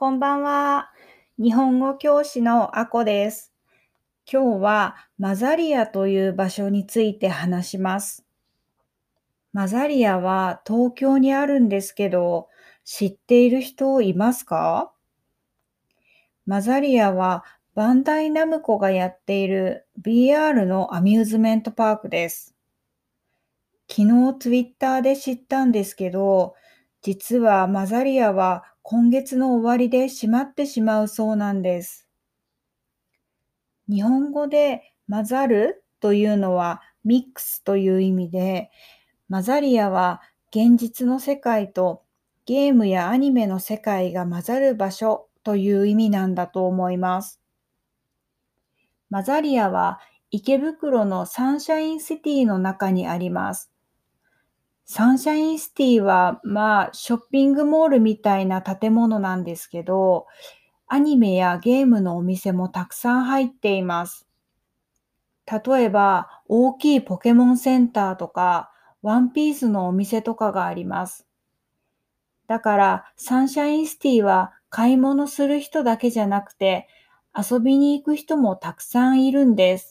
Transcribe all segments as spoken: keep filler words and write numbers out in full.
こんばんは。日本語教師のあこです。今日はマザリアという場所について話します。マザリアは東京にあるんですけど、知っている人いますか？マザリアはバンダイナムコがやっている ビーアール のアミューズメントパークです。昨日ツイッターで知ったんですけど、実はマザリアは今月の終わりで閉まってしまうそうなんです。日本語で混ざるというのはミックスという意味で、マザリアは現実の世界とゲームやアニメの世界が混ざる場所という意味なんだと思います。マザリアは池袋のサンシャインシティの中にあります。サンシャインシティはまあショッピングモールみたいな建物なんですけど、アニメやゲームのお店もたくさん入っています。例えば、大きいポケモンセンターとか、ワンピースのお店とかがあります。だから、サンシャインシティは買い物する人だけじゃなくて、遊びに行く人もたくさんいるんです。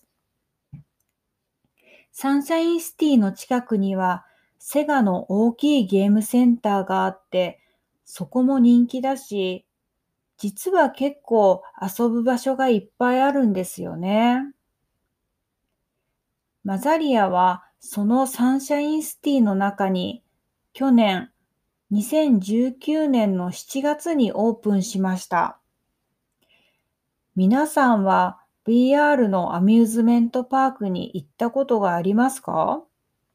サンシャインシティの近くには、セガの大きいゲームセンターがあって、そこも人気だし、実は結構遊ぶ場所がいっぱいあるんですよね。マザリアはそのサンシャインシティの中に去年にせんじゅうきゅうねんのしちがつにオープンしました。皆さんは ビーアール のアミューズメントパークに行ったことがありますか？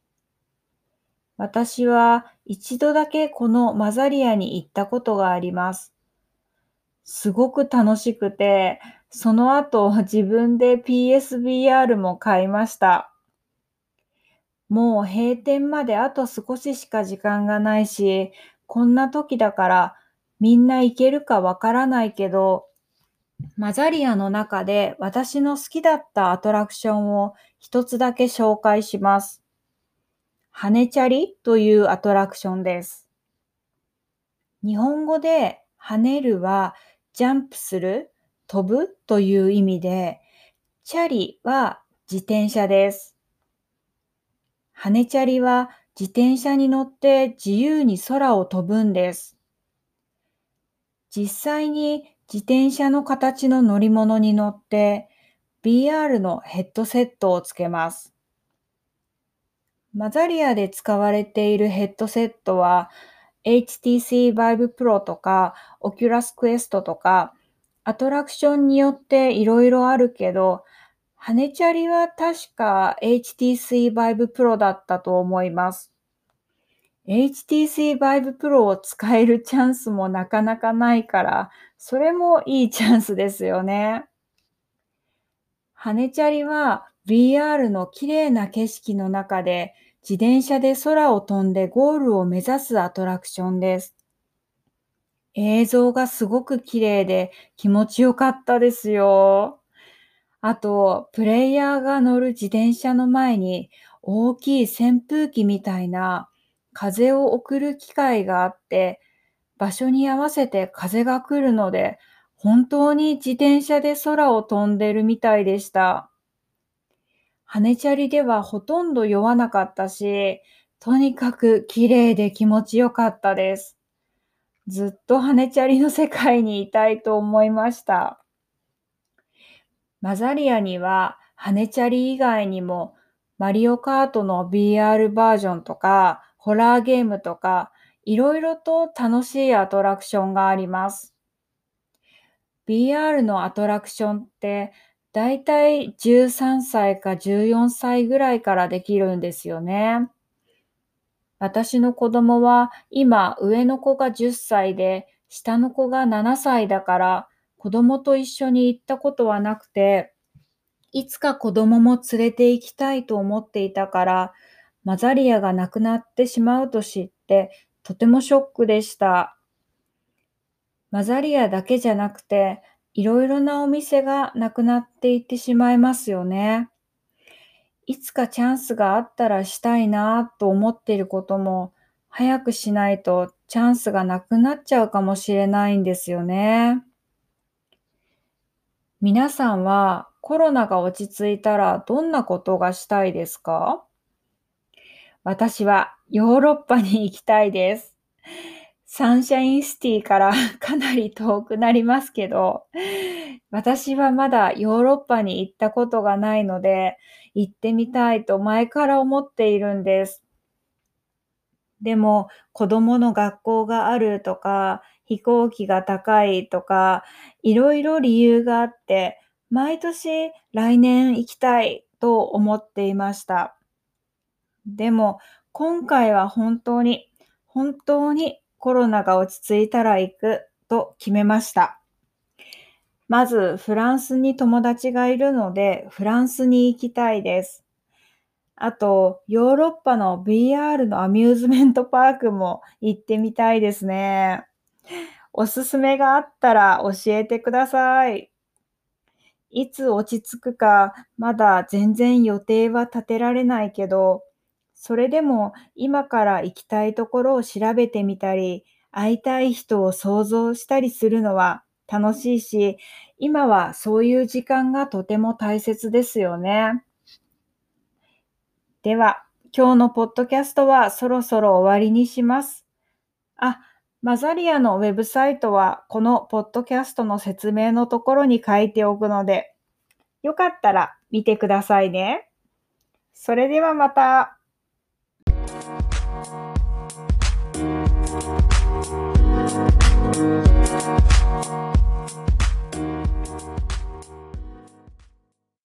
私は一度だけこのマザリアに行ったことがあります。すごく楽しくて、その後自分で ピーエスビーアール も買いました。もう閉店まであと少ししか時間がないし、こんな時だからみんな行けるかわからないけど、マザリアの中で私の好きだったアトラクションを一つだけ紹介します。ハネチャリというアトラクションです。日本語で跳ねるはジャンプする、飛ぶという意味で、チャリは自転車です。ハネチャリは自転車に乗って自由に空を飛ぶんです。実際に自転車の形の乗り物に乗って ビーアール のヘッドセットをつけます。マザリアで使われているヘッドセットは エイチティーシー Vive Pro とか Oculus Quest とかアトラクションによっていろいろあるけど、ハネチャリは確か エイチティーシー Vive Pro だったと思います。エイチティーシー Vive Pro を使えるチャンスもなかなかないから、それもいいチャンスですよね。ハネチャリは ビーアール の綺麗な景色の中で自転車で空を飛んでゴールを目指すアトラクションです。映像がすごく綺麗で気持ちよかったですよ。あと、プレイヤーが乗る自転車の前に大きい扇風機みたいな風を送る機械があって、場所に合わせて風が来るので、本当に自転車で空を飛んでるみたいでした。羽ネチャリではほとんど酔わなかったし、とにかく綺麗で気持ちよかったです。ずっと羽ネチャリの世界にいたいと思いました。マザリアには羽ネチャリ以外にもマリオカートの ビーアール バージョンとかホラーゲームとかいろいろと楽しいアトラクションがあります。ビーアール のアトラクションってだいたいじゅうさんさいかじゅうよんさいぐらいからできるんですよね。私の子供は今上の子がじゅっさいで下の子がななさいだから子供と一緒に行ったことはなくて、いつか子供も連れて行きたいと思っていたから、マザリアがなくなってしまうと知ってとてもショックでした。マザリアだけじゃなくて、いろいろなお店がなくなっていってしまいますよね。いつかチャンスがあったらしたいなと思っていることも、早くしないとチャンスがなくなっちゃうかもしれないんですよね。皆さんはコロナが落ち着いたらどんなことがしたいですか？私はヨーロッパに行きたいです。サンシャインシティからかなり遠くなりますけど、私はまだヨーロッパに行ったことがないので、行ってみたいと前から思っているんです。でも、子供の学校があるとか、飛行機が高いとか、いろいろ理由があって、毎年来年行きたいと思っていました。でも、今回は本当に、本当にコロナが落ち着いたら行くと決めました。まず、フランスに友達がいるので、フランスに行きたいです。あと、ヨーロッパの ブイアール のアミューズメントパークも行ってみたいですね。おすすめがあったら教えてください。いつ落ち着くか、まだ全然予定は立てられないけど、それでも今から行きたいところを調べてみたり、会いたい人を想像したりするのは楽しいし、今はそういう時間がとても大切ですよね。では、今日のポッドキャストはそろそろ終わりにします。あ、マザリアのウェブサイトはこのポッドキャストの説明のところに書いておくので、よかったら見てくださいね。それではまた。